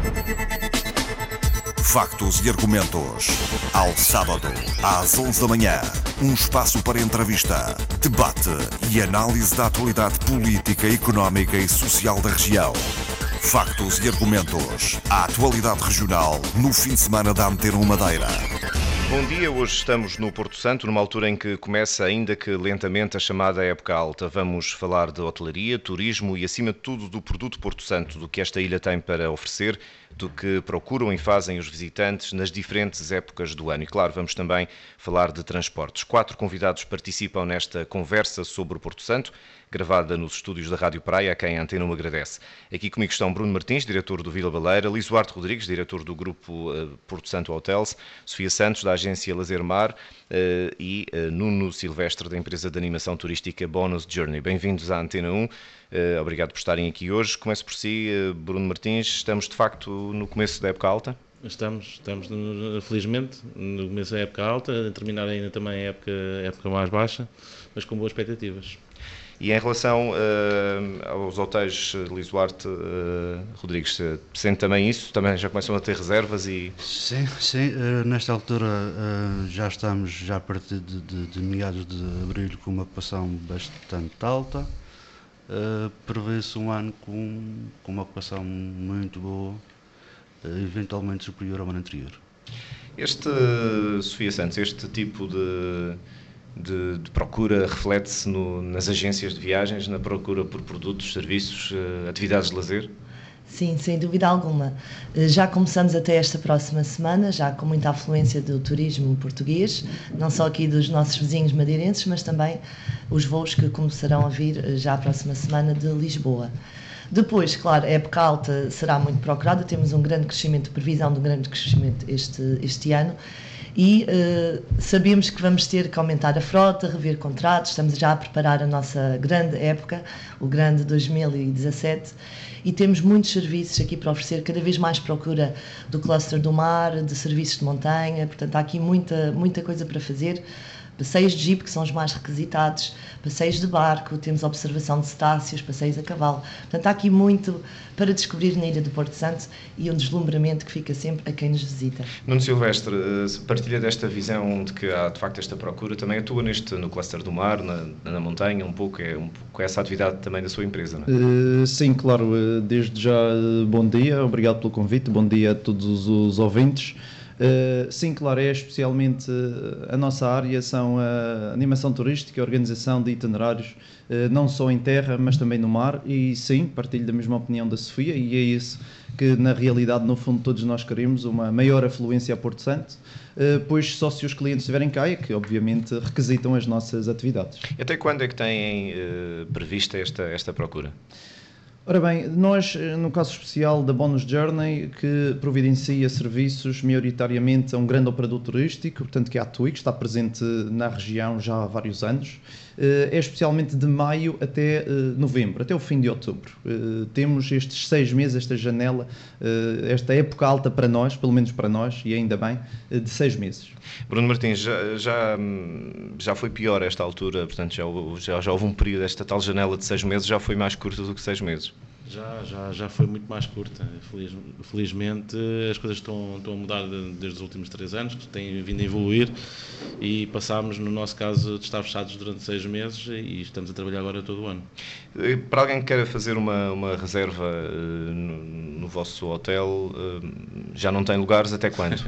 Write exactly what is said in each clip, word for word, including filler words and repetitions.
Factos e argumentos. Ao sábado, às onze da manhã. Um espaço para entrevista, debate e análise da atualidade política, económica e social da região. Factos e argumentos. A atualidade regional no fim de semana da Antena um Madeira. Bom dia, hoje estamos no Porto Santo, numa altura em que começa, ainda que lentamente, a chamada época alta. Vamos falar de hotelaria, turismo e, acima de tudo, do produto Porto Santo, do que esta ilha tem para oferecer, do que procuram e fazem os visitantes nas diferentes épocas do ano. E, claro, vamos também falar de transportes. Quatro convidados participam nesta conversa sobre o Porto Santo, gravada nos estúdios da Rádio Praia, a quem a Antena um agradece. Aqui comigo estão Bruno Martins, diretor do Vila Baleira, Lisuarte Rodrigues, diretor do grupo uh, Porto Santo Hotels, Sofia Santos, da agência Lazer Mar, uh, e uh, Nuno Silvestre, da empresa de animação turística Bonus Journey. Bem-vindos à Antena um, uh, obrigado por estarem aqui hoje. Começo por si, uh, Bruno Martins, estamos de facto no começo da época alta? Estamos, estamos no, felizmente no começo da época alta, a terminar ainda também a época, a época mais baixa, mas com boas expectativas. E em relação uh, aos hotéis, Lisuarte uh, Rodrigues, sente também isso? Também já começam a ter reservas? E... Sim, sim. Uh, nesta altura uh, já estamos, já a partir de, de, de meados de abril, com uma ocupação bastante alta. Uh, prevê-se um ano com, com uma ocupação muito boa, uh, eventualmente superior ao ano anterior. Este, Sofia Santos, este tipo de... De, de procura reflete-se no, nas agências de viagens, na procura por produtos, serviços, uh, atividades de lazer? Sim, sem dúvida alguma. Já começamos até esta próxima semana, já com muita afluência do turismo português, não só aqui dos nossos vizinhos madeirenses, mas também os voos que começarão a vir já a próxima semana de Lisboa. Depois, claro, a época alta será muito procurada, temos um grande crescimento, previsão de um grande crescimento este, este ano, e uh, sabemos que vamos ter que aumentar a frota, rever contratos, estamos já a preparar a nossa grande época, o grande dois mil e dezassete, e temos muitos serviços aqui para oferecer, cada vez mais procura do cluster do mar, de serviços de montanha, portanto há aqui muita, muita coisa para fazer. Passeios de jeep, que são os mais requisitados, passeios de barco, temos observação de cetáceos, passeios a cavalo. Portanto, há aqui muito para descobrir na Ilha do Porto Santo e um deslumbramento que fica sempre a quem nos visita. Nuno Silvestre, partilha desta visão de que há, de facto, esta procura, também atua neste, no cluster do mar, na, na montanha, um pouco, é um pouco essa atividade também da sua empresa, não é? Uh, sim, claro, desde já, bom dia, obrigado pelo convite, bom dia a todos os ouvintes. Uh, sim, claro, é especialmente uh, a nossa área, são a animação turística, a organização de itinerários, uh, não só em terra, mas também no mar, e sim, partilho da mesma opinião da Sofia, e é isso que na realidade, no fundo, todos nós queremos, uma maior afluência a Porto Santo, uh, pois só se os clientes estiverem cá é que, obviamente, requisitam as nossas atividades. E até quando é que têm uh, prevista esta, esta procura? Ora bem, nós, no caso especial da Bonus Journey, que providencia serviços maioritariamente a um grande operador turístico, portanto que é a TUI, que está presente na região já há vários anos, é especialmente de maio até novembro, até o fim de outubro. Temos estes seis meses, esta janela, esta época alta para nós, pelo menos para nós, e ainda bem, de seis meses. Bruno Martins, já, já, já foi pior esta altura, portanto já, já, já houve um período, esta tal janela de seis meses já foi mais curta do que seis meses. Já, já, já foi muito mais curta. Feliz, felizmente as coisas estão, estão a mudar desde os últimos três anos, que têm vindo a evoluir, e passámos, no nosso caso, de estar fechados durante seis meses e estamos a trabalhar agora todo o ano. Para alguém que queira fazer uma, uma reserva uh, no, no vosso hotel, uh, já não tem lugares até quando?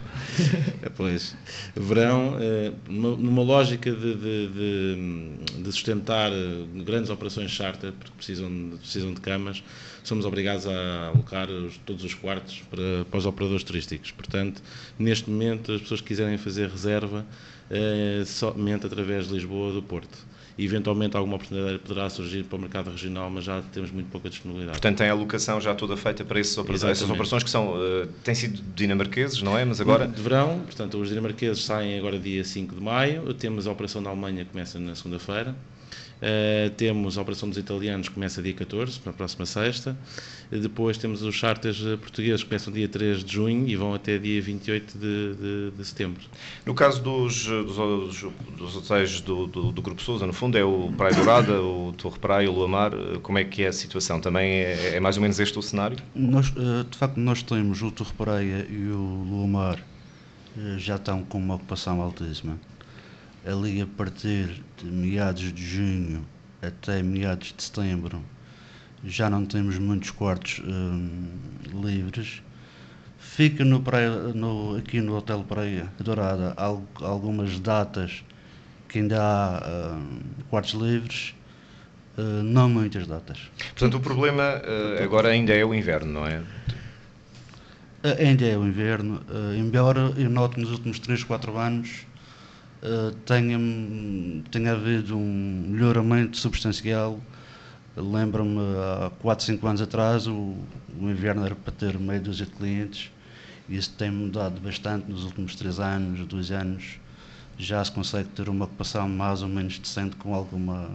Pois, verão, uh, numa, numa lógica de, de, de, de sustentar grandes operações charter, porque precisam de, precisam de camas, somos obrigados a alocar os, todos os quartos para, para os operadores turísticos. Portanto, neste momento, as pessoas que quiserem fazer reserva, é, somente através de Lisboa ou do Porto. E, eventualmente, alguma oportunidade poderá surgir para o mercado regional, mas já temos muito pouca disponibilidade. Portanto, tem a alocação já toda feita para esses operadores, essas operações que são, uh, têm sido dinamarqueses, não é? Mas agora... De verão, portanto, os dinamarqueses saem agora dia cinco de maio, temos a operação da Alemanha que começa na segunda-feira. Uh, temos a Operação dos Italianos, que começa dia catorze, na próxima sexta. Uh, depois temos os charters portugueses, que começam dia três de junho e vão até dia vinte e oito de, de, de setembro. No caso dos, dos, dos hotéis do, do, do Grupo Sousa, no fundo é o Praia Dourada, o Torre Praia, o Luamar, como é que é a situação? Também é, é mais ou menos este o cenário? Nós, de facto, nós temos o Torre Praia e o Luamar, já estão com uma ocupação altíssima. Ali a partir de meados de junho até meados de setembro já não temos muitos quartos hum, livres. Fica no praia, no, aqui no Hotel Praia Dourada algumas datas que ainda há hum, quartos livres, hum, não muitas datas. Portanto, o problema uh, agora ainda é o inverno, não é? Ainda é o inverno, uh, embora eu note nos últimos três, quatro anos Uh, tenha, tenha havido um melhoramento substancial. Lembro-me, há quatro, cinco anos atrás, o, o inverno era para ter meia dúzia de clientes, e isso tem mudado bastante nos últimos três anos, dois anos. Já se consegue ter uma ocupação mais ou menos decente com alguma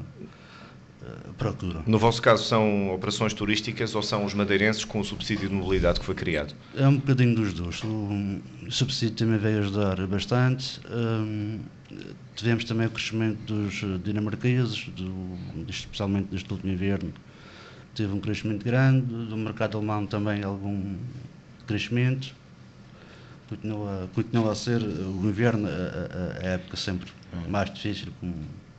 uh, procura. No vosso caso, são operações turísticas ou são os madeirenses com o subsídio de mobilidade que foi criado? É um bocadinho dos dois. O, o subsídio também veio ajudar bastante. Um, tivemos também o crescimento dos dinamarqueses, do, especialmente neste último inverno. Teve um crescimento grande, do mercado alemão também algum crescimento. Continua, continua a ser o inverno a, a, a época sempre mais difícil, com,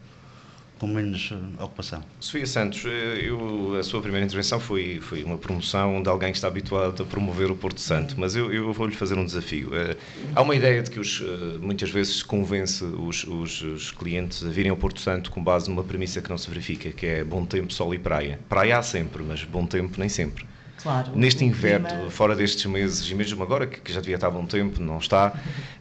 com menos ocupação. Sofia Santos, eu, a sua primeira intervenção foi, foi uma promoção de alguém que está habituado a promover o Porto Santo, mas eu, eu vou-lhe fazer um desafio. Há uma ideia de que os, muitas vezes se convence os, os, os clientes a virem ao Porto Santo com base numa premissa que não se verifica, que é bom tempo, sol e praia. Praia há sempre, mas bom tempo nem sempre. Claro, neste inverno, clima... fora destes meses, e mesmo agora, que já devia estar há bom tempo, não está,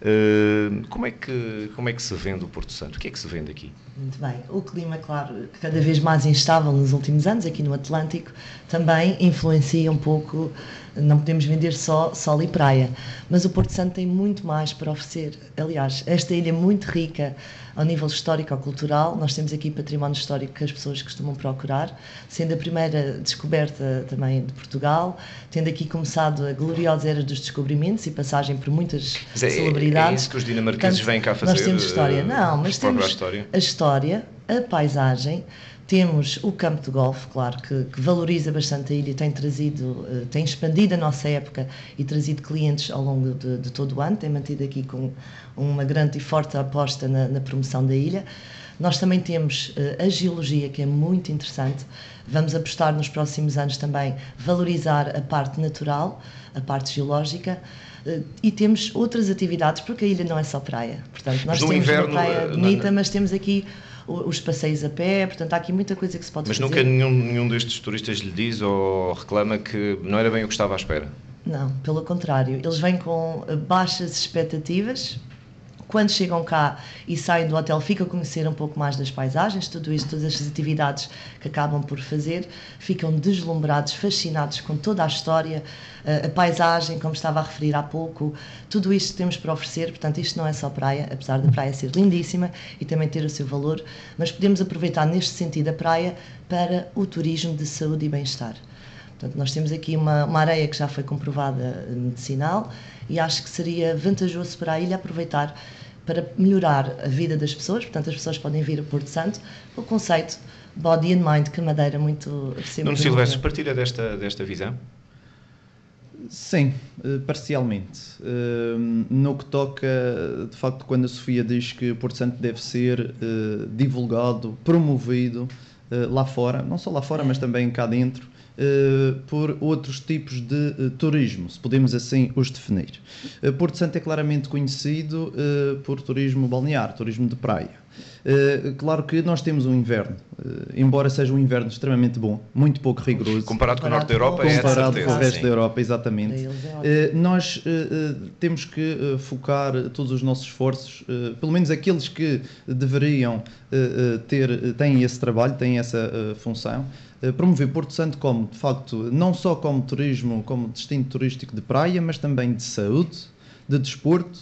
uh, como, é que, como é que se vende o Porto Santo? O que é que se vende aqui? Muito bem. O clima, claro, cada vez mais instável nos últimos anos, aqui no Atlântico, também influencia um pouco. Não podemos vender só sol e praia, mas o Porto Santo tem muito mais para oferecer. Aliás, esta ilha é muito rica ao nível histórico-cultural. Nós temos aqui património histórico que as pessoas costumam procurar, sendo a primeira descoberta também de Portugal, tendo aqui começado a gloriosa era dos descobrimentos e passagem por muitas mas é, celebridades. É isso que os dinamarqueses vêm cá fazer? Nós temos história. Não, mas temos a história. a história, a paisagem. Temos o campo de golfe, claro, que, que valoriza bastante a ilha, tem trazido, tem expandido a nossa época e trazido clientes ao longo de, de todo o ano, tem mantido aqui com uma grande e forte aposta na, na promoção da ilha. Nós também temos uh, a geologia, que é muito interessante. Vamos apostar nos próximos anos também valorizar a parte natural, a parte geológica. Uh, e temos outras atividades, porque a ilha não é só praia. Portanto, nós temos inverno, uma praia bonita, não, não. mas temos aqui os passeios a pé, portanto há aqui muita coisa que se pode mas fazer. Mas nunca nenhum, nenhum destes turistas lhe diz ou reclama que não era bem o que estava à espera? Não, pelo contrário, eles vêm com baixas expectativas. Quando chegam cá e saem do hotel, ficam a conhecer um pouco mais das paisagens, tudo isto, todas estas atividades que acabam por fazer, ficam deslumbrados, fascinados com toda a história, a paisagem, como estava a referir há pouco, tudo isto que temos para oferecer. Portanto, isto não é só praia, apesar da praia ser lindíssima e também ter o seu valor, mas podemos aproveitar neste sentido a praia para o turismo de saúde e bem-estar. Portanto, nós temos aqui uma, uma areia que já foi comprovada medicinal e acho que seria vantajoso para a ilha aproveitar para melhorar a vida das pessoas. Portanto, as pessoas podem vir a Porto Santo com o conceito Body and Mind, que a Madeira muito... Nuno Silvestre, partilha desta, desta visão? Sim, parcialmente. No que toca, de facto, quando a Sofia diz que o Porto Santo deve ser divulgado, promovido lá fora, não só lá fora, mas também cá dentro, Uh, por outros tipos de uh, turismo, se podemos assim os definir. Uh, Porto Santo é claramente conhecido uh, por turismo balnear, turismo de praia. Uh, claro que nós temos um inverno, uh, embora seja um inverno extremamente bom, muito pouco rigoroso. Comparado com o norte da Europa, é comparado certeza, com o resto sim. da Europa, exatamente. Uh, nós uh, temos que uh, focar todos os nossos esforços, uh, pelo menos aqueles que deveriam uh, ter, têm esse trabalho, têm essa uh, função, promover Porto Santo como, de facto, não só como turismo, como destino turístico de praia, mas também de saúde, de desporto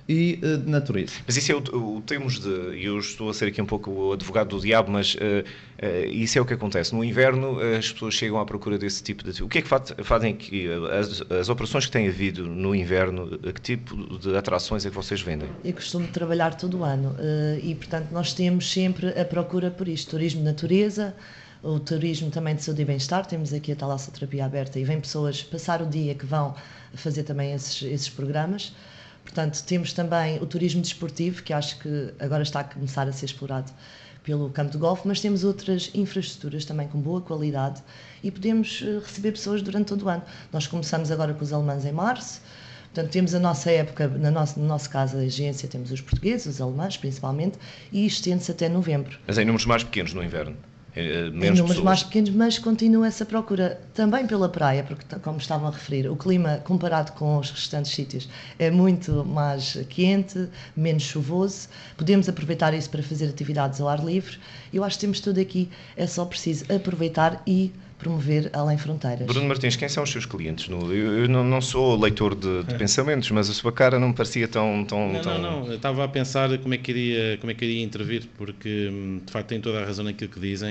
e uh, de natureza. Mas isso é o, o temos de, eu estou a ser aqui um pouco o advogado do diabo, mas uh, uh, isso é o que acontece. No inverno uh, as pessoas chegam à procura desse tipo de... O que é que fazem aqui? As, as operações que têm havido no inverno, que tipo de atrações é que vocês vendem? Eu costumo trabalhar todo o ano uh, e, portanto, nós temos sempre a procura por isto. Turismo de natureza, o turismo também de saúde e bem-estar. Temos aqui a talassoterapia aberta e vêm pessoas passar o dia que vão fazer também esses, esses programas. Portanto, temos também o turismo desportivo, que acho que agora está a começar a ser explorado pelo campo de golfe, mas temos outras infraestruturas também com boa qualidade e podemos receber pessoas durante todo o ano. Nós começamos agora com os alemães em março, portanto, temos a nossa época, na nossa, no nosso caso, a agência, temos os portugueses, os alemães principalmente, e estende-se até novembro. Mas em números mais pequenos no inverno? Menos em números pessoas. mais pequenos, mas continua essa procura também pela praia, porque, como estavam a referir, o clima comparado com os restantes sítios é muito mais quente, menos chuvoso, podemos aproveitar isso para fazer atividades ao ar livre. Eu acho que temos tudo aqui, é só preciso aproveitar e promover além fronteiras. Bruno Martins, quem são os seus clientes? Eu, eu não, não sou leitor de, de é. pensamentos, mas a sua cara não me parecia tão... tão, não, tão... não, não, eu estava a pensar como é, que iria, como é que iria intervir, porque de facto tem toda a razão naquilo que dizem,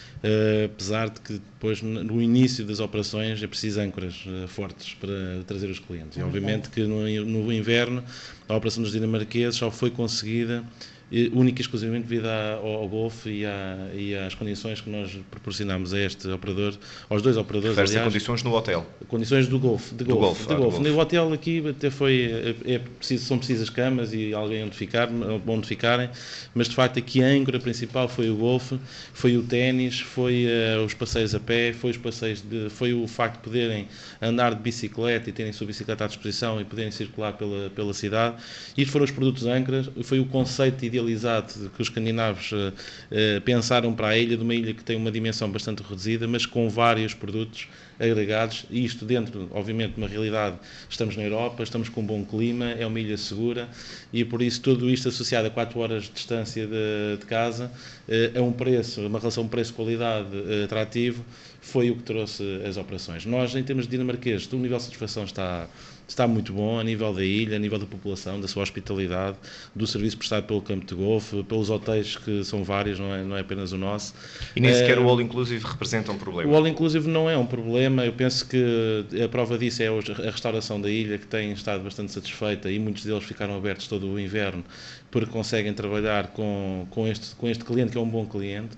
uh, apesar de que depois no início das operações é preciso âncoras uh, fortes para trazer os clientes. E obviamente que no, no inverno a operação dos dinamarqueses só foi conseguida única e exclusivamente devido ao, ao golfe e, à, e às condições que nós proporcionamos a este operador, aos dois operadores, aliás. condições no hotel? Condições do golfe. De do golfe. De ah, golfe. No hotel aqui até foi, é, é preciso, são precisas camas e alguém onde, ficar, onde ficarem, mas de facto aqui a âncora principal foi o golfe, foi o ténis, foi uh, os passeios a pé, foi, os passeios de, foi o facto de poderem andar de bicicleta e terem sua bicicleta à disposição e poderem circular pela, pela cidade. Isto foram os produtos âncoras, foi o conceito idealizado que os escandinavos uh, uh, pensaram para a ilha, de uma ilha que tem uma dimensão bastante reduzida, mas com vários produtos agregados, e isto dentro, obviamente, de uma realidade. Estamos na Europa, estamos com um bom clima, é uma ilha segura, e por isso tudo isto associado a quatro horas de distância de, de casa, uh, a um preço, uma relação preço-qualidade uh, atrativo, foi o que trouxe as operações. Nós, em termos de dinamarquês, o nível de satisfação está... está muito bom a nível da ilha, a nível da população, da sua hospitalidade, do serviço prestado pelo campo de golfe, pelos hotéis que são vários, não é, não é apenas o nosso. E nem sequer é, o All Inclusive representa um problema? O All Inclusive não é um problema, eu penso que a prova disso é a restauração da ilha, que tem estado bastante satisfeita, e muitos deles ficaram abertos todo o inverno, porque conseguem trabalhar com, com, este, com este cliente, que é um bom cliente.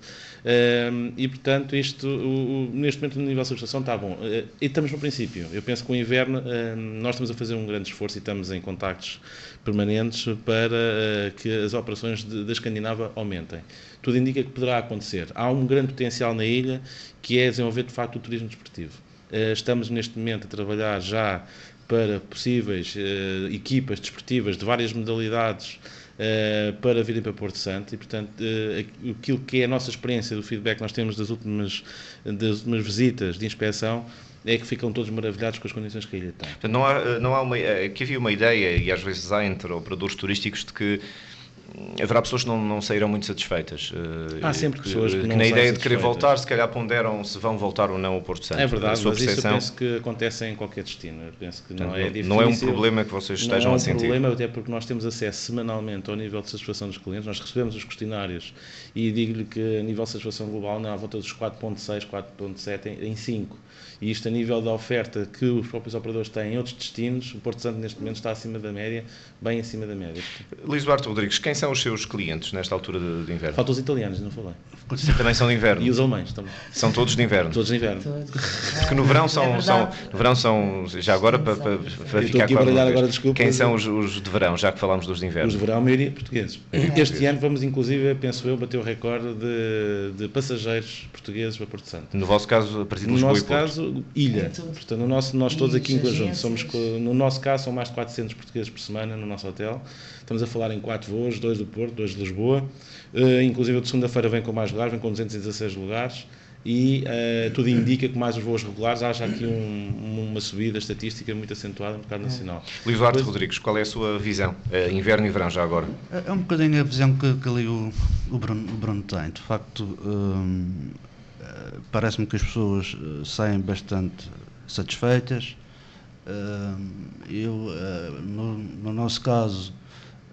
Um, e portanto isto o, o, neste momento no nível de satisfação está bom, uh, e estamos no princípio. Eu penso que o inverno uh, nós estamos a fazer um grande esforço e estamos em contactos permanentes para uh, que as operações de, da Escandinava aumentem. Tudo indica que poderá acontecer. Há um grande potencial na ilha, que é desenvolver de facto o turismo desportivo. Uh, estamos neste momento a trabalhar já para possíveis uh, equipas desportivas de várias modalidades Uh, para virem para Porto Santo, e portanto uh, aquilo que é a nossa experiência do feedback que nós temos das últimas, das últimas visitas de inspeção é que ficam todos maravilhados com as condições que a ilha tem. Não há, não há uma, que havia uma ideia, e às vezes há entre operadores turísticos, de que haverá pessoas que não, não sairão muito satisfeitas. Há sempre que, pessoas que, que não na ideia de querer voltar, se calhar ponderam se vão voltar ou não ao Porto Santo. É verdade, mas percepção... isso eu penso que acontece em qualquer destino. Eu penso que Portanto, não é difícil. Não é um problema que vocês estejam a sentir. Não é um problema, até porque nós temos acesso semanalmente ao nível de satisfação dos clientes. Nós recebemos os questionários e digo-lhe que a nível de satisfação global, na volta dos quatro ponto seis, quatro ponto sete em cinco. E isto a nível da oferta que os próprios operadores têm em outros destinos, o Porto Santo neste momento está acima da média, bem acima da média. Luís Duarte Rodrigues, quem são os seus clientes nesta altura de, de inverno? Faltam os italianos, não falei. Também são de inverno? E os alemães também. São todos de inverno? Todos de inverno. Todos. Porque no verão são, é são, no verão são já agora, para, para, para ficar claro, agora, desculpa, quem são os, os de verão, já que falámos dos de inverno? Os de verão, a maioria portugueses. É. Este ano vamos, inclusive, penso eu, bater o recorde de, de passageiros portugueses para Porto Santo. No vosso caso, a partir de No Lisboa nosso e Porto? caso, ilha. É Portanto, no nosso, nós todos aqui em conjunto, somos, no nosso caso, são mais de quatrocentos portugueses por semana no nosso hotel. Estamos a falar em quatro voos, dois do Porto, dois de Lisboa. Uh, inclusive, o de segunda-feira vem com mais lugares, vem com duzentos e dezasseis lugares. E uh, tudo indica que mais os voos regulares, há já aqui um, uma subida estatística muito acentuada no mercado nacional. Luís Duarte Rodrigues, qual é a sua visão? Uh, inverno e verão, já agora? É um bocadinho a visão que, que ali o, o, Bruno, o Bruno tem. De facto, hum, parece-me que as pessoas saem bastante satisfeitas. Hum, eu, no, no nosso caso,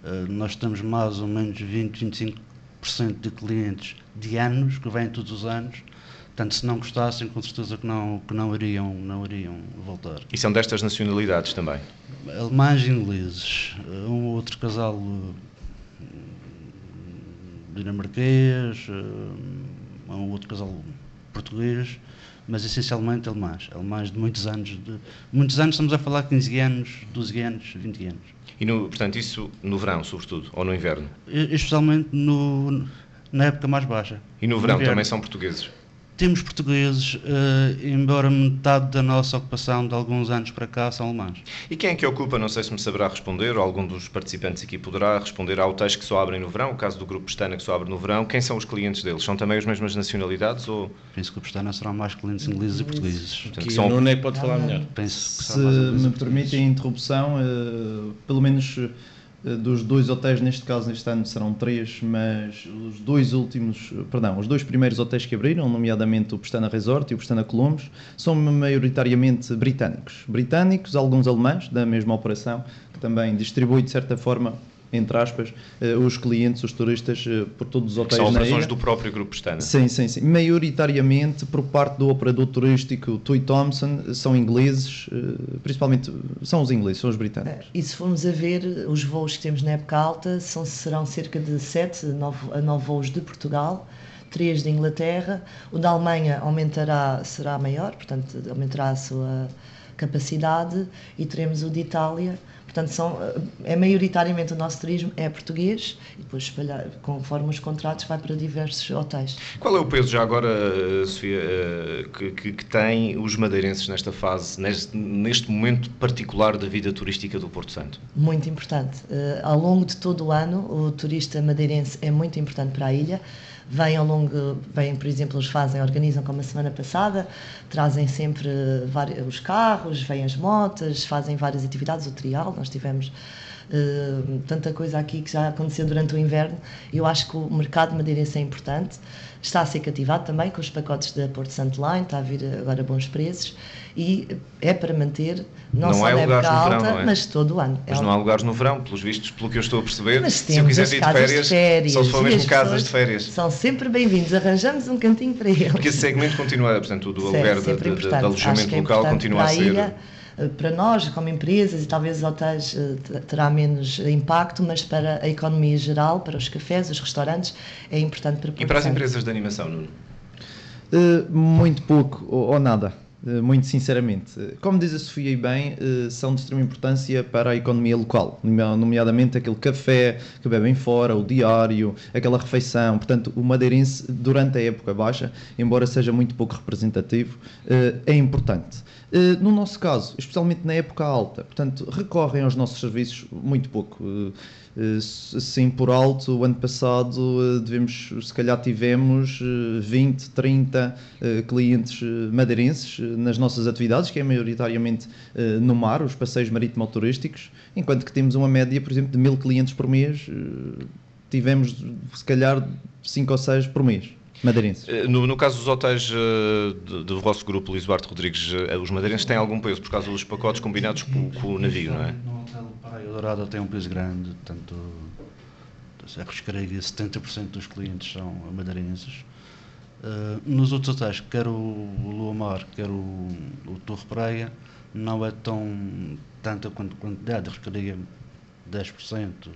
Uh, nós temos mais ou menos vinte, vinte e cinco por cento de clientes de anos, que vêm todos os anos. Portanto, se não gostassem, com certeza que não, que não, iriam, não iriam voltar. E são destas nacionalidades também? Alemães e ingleses. Uh, um outro casal uh, dinamarquês, uh, um outro casal português, mas essencialmente alemães. Alemães de muitos anos. De, muitos anos, estamos a falar de quinze anos, doze anos, vinte anos. E, no, portanto, isso no verão, sobretudo, ou no inverno? Especialmente no, na época mais baixa. E no verão também são portugueses? Temos portugueses, uh, embora metade da nossa ocupação de alguns anos para cá são alemães. E quem é que ocupa, não sei se me saberá responder, ou algum dos participantes aqui poderá responder, há hotéis que só abrem no verão, o caso do Grupo Pestana que só abre no verão, quem são os clientes deles? São também as mesmas nacionalidades? Ou... Penso que o Pestana serão mais clientes ingleses e portugueses. Portanto, que são... O Nuno é que pode falar melhor. Penso que se me permitem a interrupção, uh, pelo menos... dos dois hotéis, neste caso, neste ano serão três, mas os dois últimos, perdão, os dois primeiros hotéis que abriram, nomeadamente o Pestana Resort e o Pestana Colombos, são maioritariamente britânicos. Britânicos, alguns alemães, da mesma operação, que também distribui, de certa forma, entre aspas, os clientes, os turistas, por todos os hotéis na ilha. São operações do próprio Grupo Pestana? Sim, sim, sim. Maioritariamente, por parte do operador turístico Tui Thomson, são ingleses, principalmente são os ingleses, são os britânicos. E se formos a ver, os voos que temos na época alta são, serão cerca de sete a nove voos de Portugal, três de Inglaterra. O da Alemanha aumentará, será maior, portanto, aumentará a sua capacidade, e teremos o de Itália. Portanto, são, é maioritariamente o nosso turismo é português, e depois espalhar, conforme os contratos, vai para diversos hotéis. Qual é o peso já agora, Sofia, que, que, que têm os madeirenses nesta fase, neste, neste momento particular da vida turística do Porto Santo? Muito importante. Uh, ao longo de todo o ano, o turista madeirense é muito importante para a ilha. Vêm ao longo, vêm, por exemplo, eles fazem, organizam como a semana passada, trazem sempre vários, os carros, vêm as motas, fazem várias atividades, o trial, nós tivemos uh, tanta coisa aqui que já aconteceu durante o inverno. Eu acho que o mercado madeirense é importante, está a ser cativado também com os pacotes da Porto Santo Line, está a vir agora bons preços, e é para manter, não, não só na época alta, verão, é? Mas todo o ano. Mas é não há lugares no verão, pelos vistos, pelo que eu estou a perceber. Mas se eu quiser vir de férias, de férias, só se for mesmo casas de férias. São sempre bem-vindos, arranjamos um cantinho para eles. Porque esse segmento continua, portanto, do aluguer de, de, de alojamento é local continua a ser... Ilha, para nós, como empresas, e talvez os hotéis terá menos impacto, mas para a economia geral, para os cafés, os restaurantes, é importante para... E para as empresas de animação, Nuno? Uh, muito pouco, ou, ou nada. Muito sinceramente. Como diz a Sofia e bem, são de extrema importância para a economia local, nomeadamente aquele café que bebem fora, o diário, aquela refeição. Portanto, o madeirense, durante a época baixa, embora seja muito pouco representativo, é importante. No nosso caso, especialmente na época alta, portanto, recorrem aos nossos serviços muito pouco. Assim, por alto, o ano passado devemos, se calhar tivemos vinte, trinta clientes madeirenses nas nossas atividades, que é maioritariamente no mar, os passeios marítimo-turísticos, enquanto que temos uma média, por exemplo, de mil clientes por mês, tivemos, se calhar, cinco ou seis por mês. Madeirenses. No, no caso dos hotéis uh, do, do vosso grupo, Luís Duarte Rodrigues, uh, os madeirenses têm algum peso por causa dos pacotes combinados com, com o navio, não é? No hotel Praia Dourada tem um peso grande, tanto arriscarei que setenta por cento dos clientes são madeirenses. Uh, nos outros hotéis, quer o, o Lua Mar, quer o, o Torre Praia, não é tão tanta quantidade, arriscaria dez por cento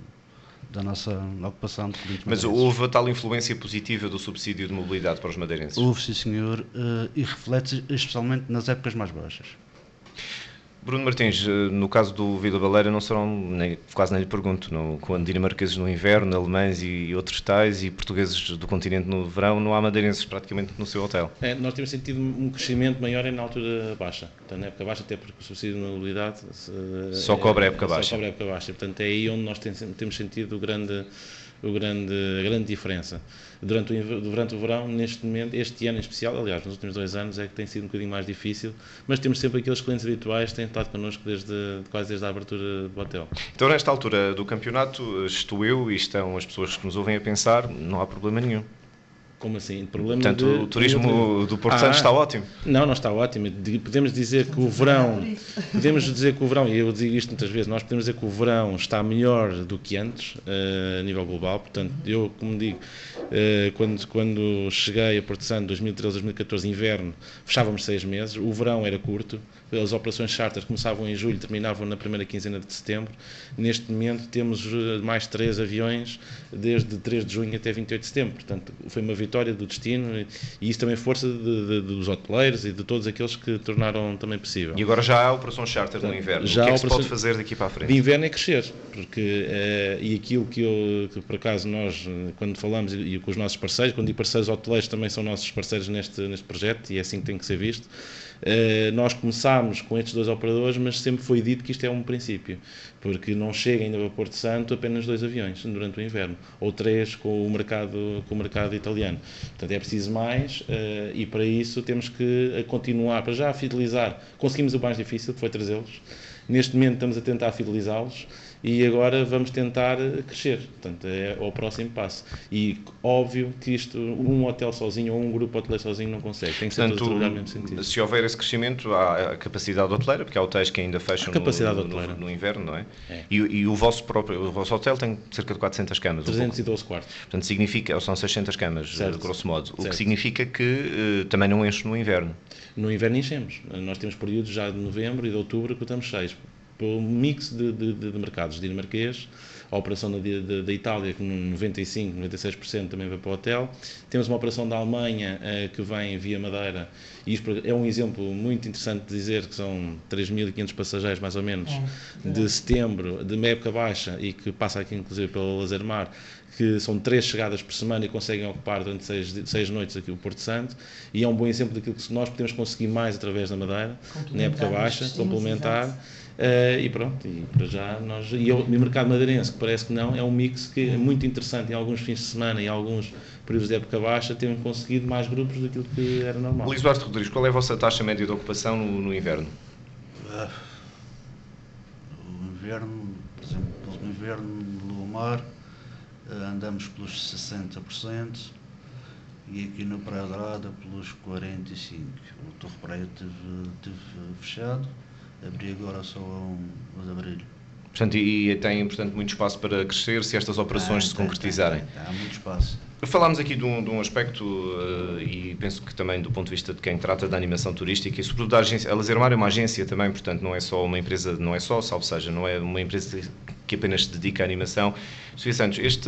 da nossa ocupação de clientes Mas madeirenses. Houve a tal influência positiva do subsídio de mobilidade para os madeirenses? Houve, sim senhor, uh, e reflete especialmente nas épocas mais baixas. Bruno Martins, no caso do Vila Baleira não serão, nem, quase nem lhe pergunto, no, com dinamarqueses no inverno, alemães e outros tais, e portugueses do continente no verão, não há madeirenses praticamente no seu hotel. É, nós temos sentido um crescimento maior na altura baixa, portanto na época baixa, até porque o subsídio de mobilidade só cobre a época é, baixa. Só cobre a época baixa, portanto é aí onde nós temos sentido o grande... O grande, a grande diferença. Durante o, durante o verão, neste momento, este ano em especial, aliás, nos últimos dois anos, é que tem sido um bocadinho mais difícil, mas temos sempre aqueles clientes habituais que têm estado connosco desde, quase desde a abertura do hotel. Então, nesta altura do campeonato, estou eu e estão as pessoas que nos ouvem a pensar, não há problema nenhum. Como assim? Problema Portanto, de, o turismo de... do Porto Santo ah, está ótimo. Não, não está ótimo. Podemos dizer que o verão, podemos dizer que o verão, e eu digo isto muitas vezes, nós podemos dizer que o verão está melhor do que antes, uh, a nível global. Portanto, eu, como digo, uh, quando, quando cheguei a Porto Santo, dois mil e treze, dois mil e catorze, inverno, fechávamos seis meses, o verão era curto, as operações charter começavam em julho, terminavam na primeira quinzena de setembro. Neste momento temos mais três aviões, desde três de junho até vinte e oito de setembro. Portanto, foi uma vitória do destino e isso também é força de, de, dos hoteleiros e de todos aqueles que tornaram também possível. E agora já há operações charter no inverno. Já o que é que operação... se pode fazer daqui para a frente? De inverno é crescer, porque eh, e aquilo que, eu, que por acaso nós, quando falamos e, e com os nossos parceiros, quando digo parceiros hoteleiros também são nossos parceiros neste, neste projeto e é assim que tem que ser visto. Uh, nós começámos com estes dois operadores, mas sempre foi dito que isto é um princípio, porque não chega ainda para Porto Santo apenas dois aviões durante o inverno, ou três com o mercado, com o mercado italiano. Portanto, é preciso mais uh, e para isso temos que continuar, para já fidelizar. Conseguimos o mais difícil, que foi trazê-los. Neste momento estamos a tentar fidelizá-los e agora vamos tentar crescer. Portanto, é o próximo passo. E óbvio que isto, um hotel sozinho ou um grupo hoteleiro sozinho não consegue. Tem que ser todos a trabalhar no mesmo sentido. Se houver esse crescimento, há a capacidade hoteleira, porque há hotéis que ainda fecham no, no, no inverno, não é? é. E, e o vosso próprio o vosso hotel tem cerca de quatrocentas camas. trezentos e doze quartos. Portanto, significa, ou são seiscentas camas, certo. grosso modo. Certo. O que significa que uh, também não enche no inverno. No inverno enchemos. Nós temos períodos já de novembro e de outubro que estamos cheios. Um mix de, de, de mercados dinamarquês, a operação da, da, da Itália, que noventa e cinco, noventa e seis por cento também vai para o hotel. Temos uma operação da Alemanha eh, que vem via Madeira, e isto é um exemplo muito interessante de dizer que são três mil e quinhentos passageiros, mais ou menos, é, de setembro, de uma época baixa, e que passa aqui inclusive pelo Lazer Mar, que são três chegadas por semana e conseguem ocupar durante seis, seis noites aqui o Porto Santo, e é um bom exemplo daquilo que nós podemos conseguir mais através da Madeira, na época baixa, complementar. Uh, e pronto, e para já nós, e o mercado madeirense, que parece que não, é um mix que é muito interessante. Em alguns fins de semana e alguns períodos de época baixa temos conseguido mais grupos daquilo que era normal. Luís Duarte Rodrigues, qual é a vossa taxa média de ocupação no, no inverno? Uh, o inverno, por exemplo, no inverno no Lua-Mar uh, andamos pelos sessenta por cento e aqui no Praia Dourada pelos quarenta e cinco por cento. O Torre Praia teve, teve fechado. Abri agora só a um de abril. Portanto, e, e tem, portanto, muito espaço para crescer se estas operações ah, se tem, concretizarem. Tem, tem, tem, há muito espaço. Falámos aqui de um, de um aspecto, uh, e penso que também do ponto de vista de quem trata da animação turística e sobretudo da agência. A Lazer Mar é uma agência também, portanto, não é só uma empresa, não é só, salvo seja, não é uma empresa que apenas se dedica à animação. Sofia Santos, este,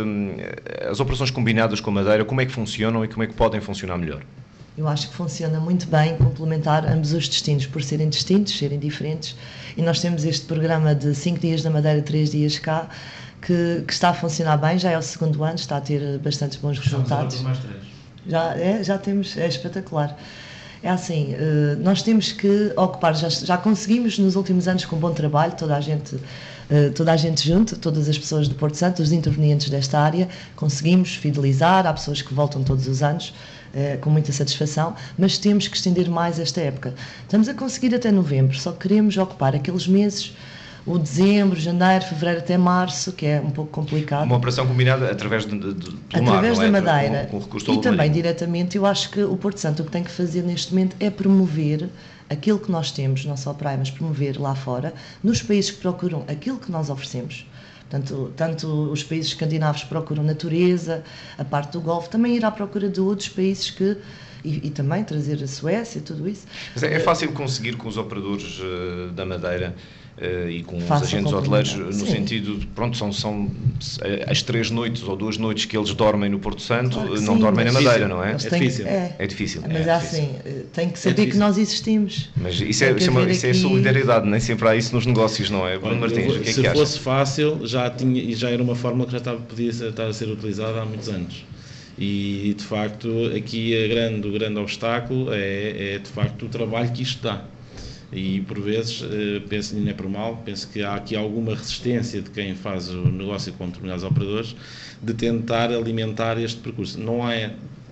uh, as operações combinadas com a Madeira, como é que funcionam e como é que podem funcionar melhor? Eu acho que funciona muito bem complementar ambos os destinos, por serem distintos, serem diferentes. E nós temos este programa de cinco dias na Madeira, três dias cá, que, que está a funcionar bem, já é o segundo ano, está a ter bastantes bons resultados. Mais três. Já, é, já temos, é espetacular. É assim, nós temos que ocupar, já, já conseguimos nos últimos anos com bom trabalho, toda a gente, toda a gente junto, todas as pessoas do Porto Santo, os intervenientes desta área, conseguimos fidelizar, há pessoas que voltam todos os anos, com muita satisfação, mas temos que estender mais esta época. Estamos a conseguir até novembro, só queremos ocupar aqueles meses, o dezembro, janeiro, fevereiro até março, que é um pouco complicado. Uma operação combinada através de, de, de através mar, da não é? Madeira com, com recurso e também diretamente. Eu acho que o Porto Santo o que tem que fazer neste momento é promover aquilo que nós temos, não só a praia, mas promover lá fora, nos países que procuram aquilo que nós oferecemos. Portanto, tanto os países escandinavos procuram natureza, a parte do Golfo, também ir à procura de outros países que, e, e também trazer a Suécia, tudo isso. Mas é, é fácil conseguir com os operadores uh, da Madeira uh, e com Faça os agentes hoteleiros, no Sim. sentido de, pronto, são, são as três noites ou duas noites que eles dormem no Porto Santo, claro não sim, dormem na Madeira, não é? É difícil. Que, é. é difícil. Mas é assim, tem que saber é que nós existimos. Mas isso é, isso é, uma, isso é solidariedade, nem sempre há isso nos negócios, não é? Bruno Martins, o que é se que fosse acha? fácil, já, tinha, já era uma fórmula que já estava, podia estar a ser utilizada há muitos anos. E, de facto, aqui a grande, o grande obstáculo é, é, de facto, o trabalho que isto dá. E, por vezes, penso, não é por mal, penso que há aqui alguma resistência de quem faz o negócio com determinados operadores de tentar alimentar este percurso. Não é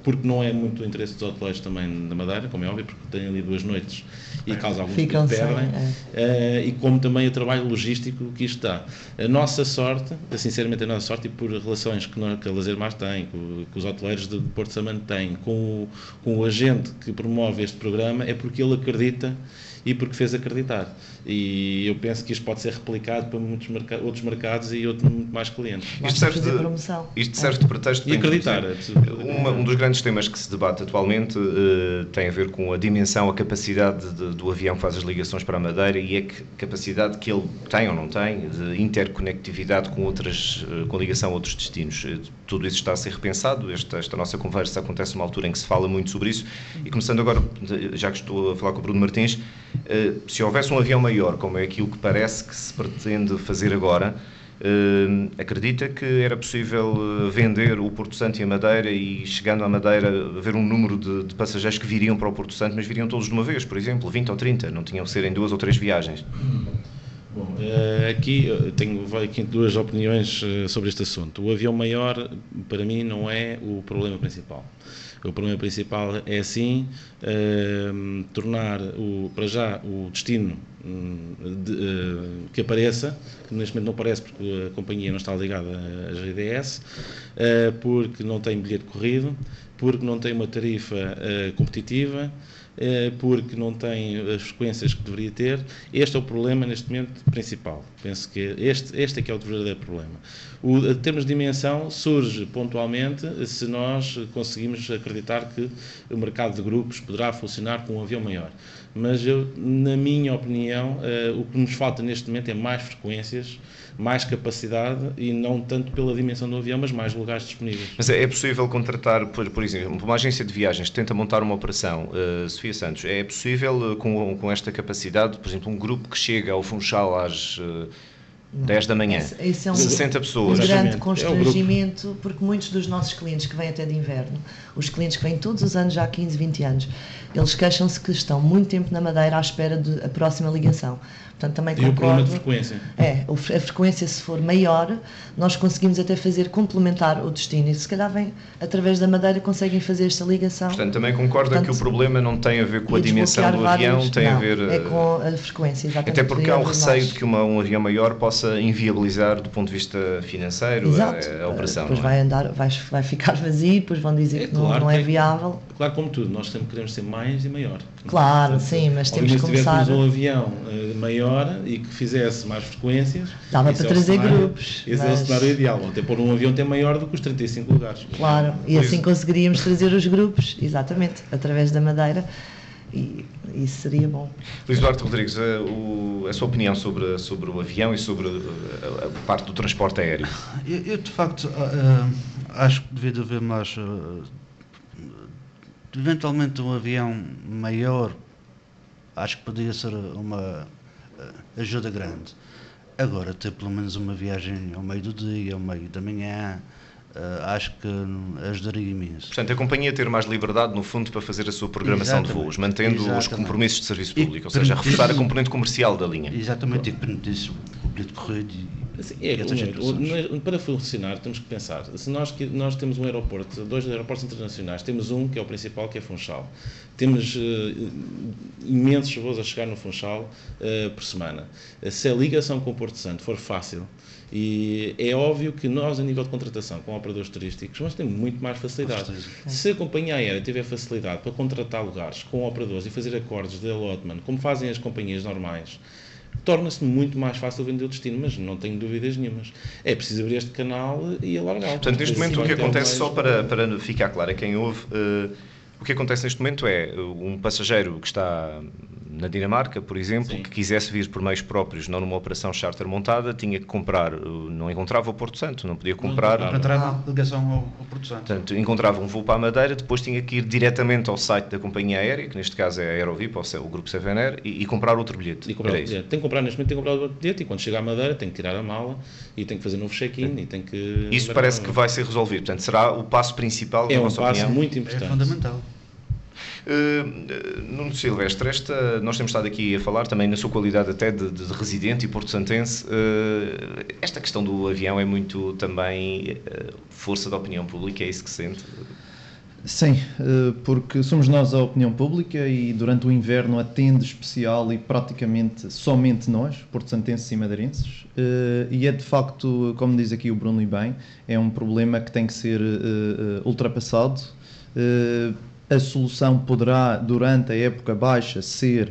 porque não é muito o interesse dos hoteleiros também da Madeira, como é óbvio, porque têm ali duas noites e causa alguns que Ficam perdem, sem, é. uh, e como também o trabalho logístico que isto dá. A nossa sorte, sinceramente a nossa sorte, e por relações que, nós, que a Lazer Mar tem, que, que os hoteleiros de Porto Samano têm, com o, com o agente que promove este programa, é porque ele acredita e porque fez acreditar. E eu penso que isto pode ser replicado para muitos merc- outros mercados e outros muito mais clientes. Isto serve, de, isto serve de pretexto e acreditar. Uma, um dos grandes temas que se debate atualmente uh, tem a ver com a dimensão, a capacidade de, do avião que faz as ligações para a Madeira e a capacidade que ele tem ou não tem de interconectividade com, outras, uh, com ligação a outros destinos. Uh, tudo isso está a ser repensado. Esta, esta nossa conversa acontece numa altura em que se fala muito sobre isso. E começando agora, já que estou a falar com o Bruno Martins, Uh, se houvesse um avião maior, como é aquilo que parece que se pretende fazer agora, uh, acredita que era possível vender o Porto Santo e a Madeira e, chegando à Madeira, haver um número de, de passageiros que viriam para o Porto Santo, mas viriam todos de uma vez, por exemplo, vinte ou trinta, não tinham que ser em duas ou três viagens? Bom, uh, aqui uh, tenho aqui duas opiniões uh, sobre este assunto. O avião maior, para mim, não é o problema principal. O problema principal é, sim, uh, tornar, o, para já, o destino uh, de, uh, que apareça, que neste momento não aparece porque a companhia não está ligada às G D S, uh, porque não tem bilhete corrido, porque não tem uma tarifa uh, competitiva, uh, porque não tem as frequências que deveria ter. Este é o problema, neste momento, principal. Penso que este, este é que é o verdadeiro problema. O, em termos de dimensão, surge pontualmente se nós conseguimos acreditar que o mercado de grupos poderá funcionar com um avião maior. Mas, eu, na minha opinião, uh, o que nos falta neste momento é mais frequências, mais capacidade e não tanto pela dimensão do avião, mas mais lugares disponíveis. Mas é, é possível contratar, por, por exemplo, uma agência de viagens que tenta montar uma operação, uh, Sofia Santos, é possível uh, com, com esta capacidade, por exemplo, um grupo que chega ao Funchal às uh, dez da manhã, esse, esse é um, sessenta pessoas. Um grande Exatamente. constrangimento, é um porque muitos dos nossos clientes que vêm até de inverno, os clientes que vêm todos os anos, já há quinze, vinte anos, eles queixam-se que estão muito tempo na Madeira à espera da próxima ligação. Portanto, também e concordo. o problema de frequência. É, a frequência, se for maior, nós conseguimos até fazer complementar o destino. E se calhar vem, através da Madeira, conseguem fazer esta ligação. Portanto, também concorda Portanto, que o problema não tem a ver com a dimensão do vários, avião, tem não, a ver... é com a frequência, exatamente. Até porque há um receio de que uma, um avião maior possa inviabilizar, do ponto de vista financeiro, Exato. a, a operação. Depois é? vai andar, vai, vai ficar vazio, depois vão dizer É que claro, não, não é que, viável. Claro, como tudo, nós sempre queremos ser mais e maior. Claro, Portanto, sim, mas temos que obviamente, começar... se tivéssemos um avião uh, maior e que fizesse mais frequências... Dava esse para é o trazer cenário- grupos, Esse mas- é o cenário ideal, até pôr um avião até maior do que os trinta e cinco lugares. Claro, e Pois. assim conseguiríamos trazer os grupos, exatamente, através da Madeira, e isso seria bom. Luís Duarte Rodrigues, a, o, a sua opinião sobre, sobre o avião e sobre a, a parte do transporte aéreo? Eu, eu, de facto, uh, acho que devia de haver mais. Uh, eventualmente, um avião maior, acho que podia ser uma uh, ajuda grande. Agora, ter pelo menos uma viagem ao meio do dia, ao meio da manhã, uh, acho que ajudaria imenso. Portanto, a companhia ter mais liberdade, no fundo, para fazer a sua programação Exatamente. de voos, mantendo os Exatamente. compromissos de serviço E público, ou seja, permitir- reforçar a componente comercial da linha. Exatamente, e que permitisse o bilhete corrido e, Assim, é, e essas o- situações. o- para funcionar, temos que pensar. Se nós, que- nós temos um aeroporto, dois aeroportos internacionais, temos um que é o principal, que é Funchal. Temos uh, imensos voos a chegar no Funchal uh, por semana. Se a ligação com o Porto Santo for fácil, e é óbvio que nós, a nível de contratação com operadores turísticos, nós temos muito mais facilidade. Com certeza. Se a companhia aérea tiver facilidade para contratar lugares com operadores e fazer acordos de allotment, como fazem as companhias normais, torna-se muito mais fácil vender o destino, mas não tenho dúvidas nenhumas. É preciso abrir este canal e alargá-lo. Portanto, neste momento, o que Sim, acontece, mais- só para, para ficar claro a quem ouve, uh, o que acontece neste momento é um passageiro que está na Dinamarca, por exemplo, Sim. que quisesse vir por meios próprios, não numa operação charter montada, tinha que comprar, uh, não encontrava o Porto Santo, não podia comprar... encontrava. Encontrava ligação ao, ao Porto Santo. Portanto, encontrava um voo para a Madeira, depois tinha que ir diretamente ao site da companhia aérea, que neste caso é a Aerovip, ou seja, o Grupo Savener, e, e comprar outro bilhete. E comprar Era o isso. bilhete. Tem que comprar, neste momento, tem que comprar o bilhete e quando chegar à Madeira tem que tirar a mala e tem que fazer novo check-in e tem que... Isso parece que vai ser resolvido. Portanto, será o passo principal, É na um vossa passo opinião? muito É importante. fundamental. Uh, Nuno Silvestre, esta, nós temos estado aqui a falar também na sua qualidade até de, de residente e porto-santense. Uh, esta questão do avião é muito também uh, força da opinião pública, é isso que sente? Sim, porque somos nós a opinião pública e durante o inverno atende especial e praticamente somente nós, porto-santenses e madeirenses, e é de facto, como diz aqui o Bruno e bem, é um problema que tem que ser ultrapassado. A solução poderá, durante a época baixa, ser